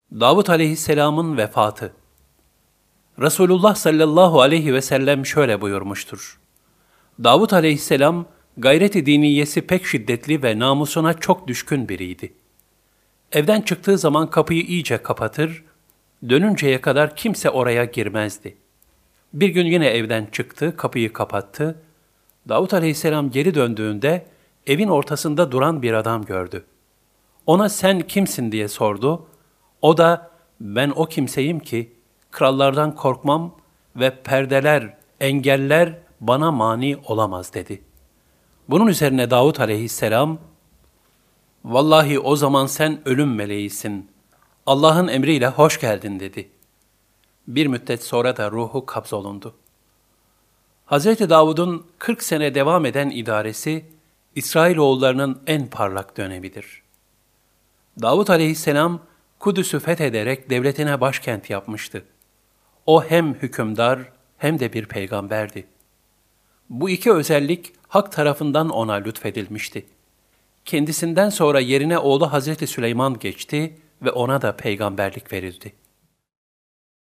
Davud aleyhisselamın vefatı. Resulullah sallallahu aleyhi ve sellem şöyle buyurmuştur. Davud aleyhisselam gayret-i diniyesi pek şiddetli ve namusuna çok düşkün biriydi. Evden çıktığı zaman kapıyı iyice kapatır, dönünceye kadar kimse oraya girmezdi. Bir gün yine evden çıktı, kapıyı kapattı. Davud aleyhisselam geri döndüğünde evin ortasında duran bir adam gördü. Ona sen kimsin diye sordu. O da ben o kimseyim ki krallardan korkmam ve perdeler, engeller bana mani olamaz dedi. Bunun üzerine Davud aleyhisselam, vallahi o zaman sen ölüm meleğisin. Allah'ın emriyle hoş geldin dedi. Bir müddet sonra da ruhu kabzolundu. Hazreti Davud'un 40 sene devam eden idaresi, İsrailoğullarının en parlak dönemidir. Davud aleyhisselam, Kudüs'ü fethederek devletine başkent yapmıştı. O hem hükümdar hem de bir peygamberdi. Bu iki özellik Hak tarafından ona lütfedilmişti. Kendisinden sonra yerine oğlu Hazreti Süleyman geçti ve ona da peygamberlik verildi.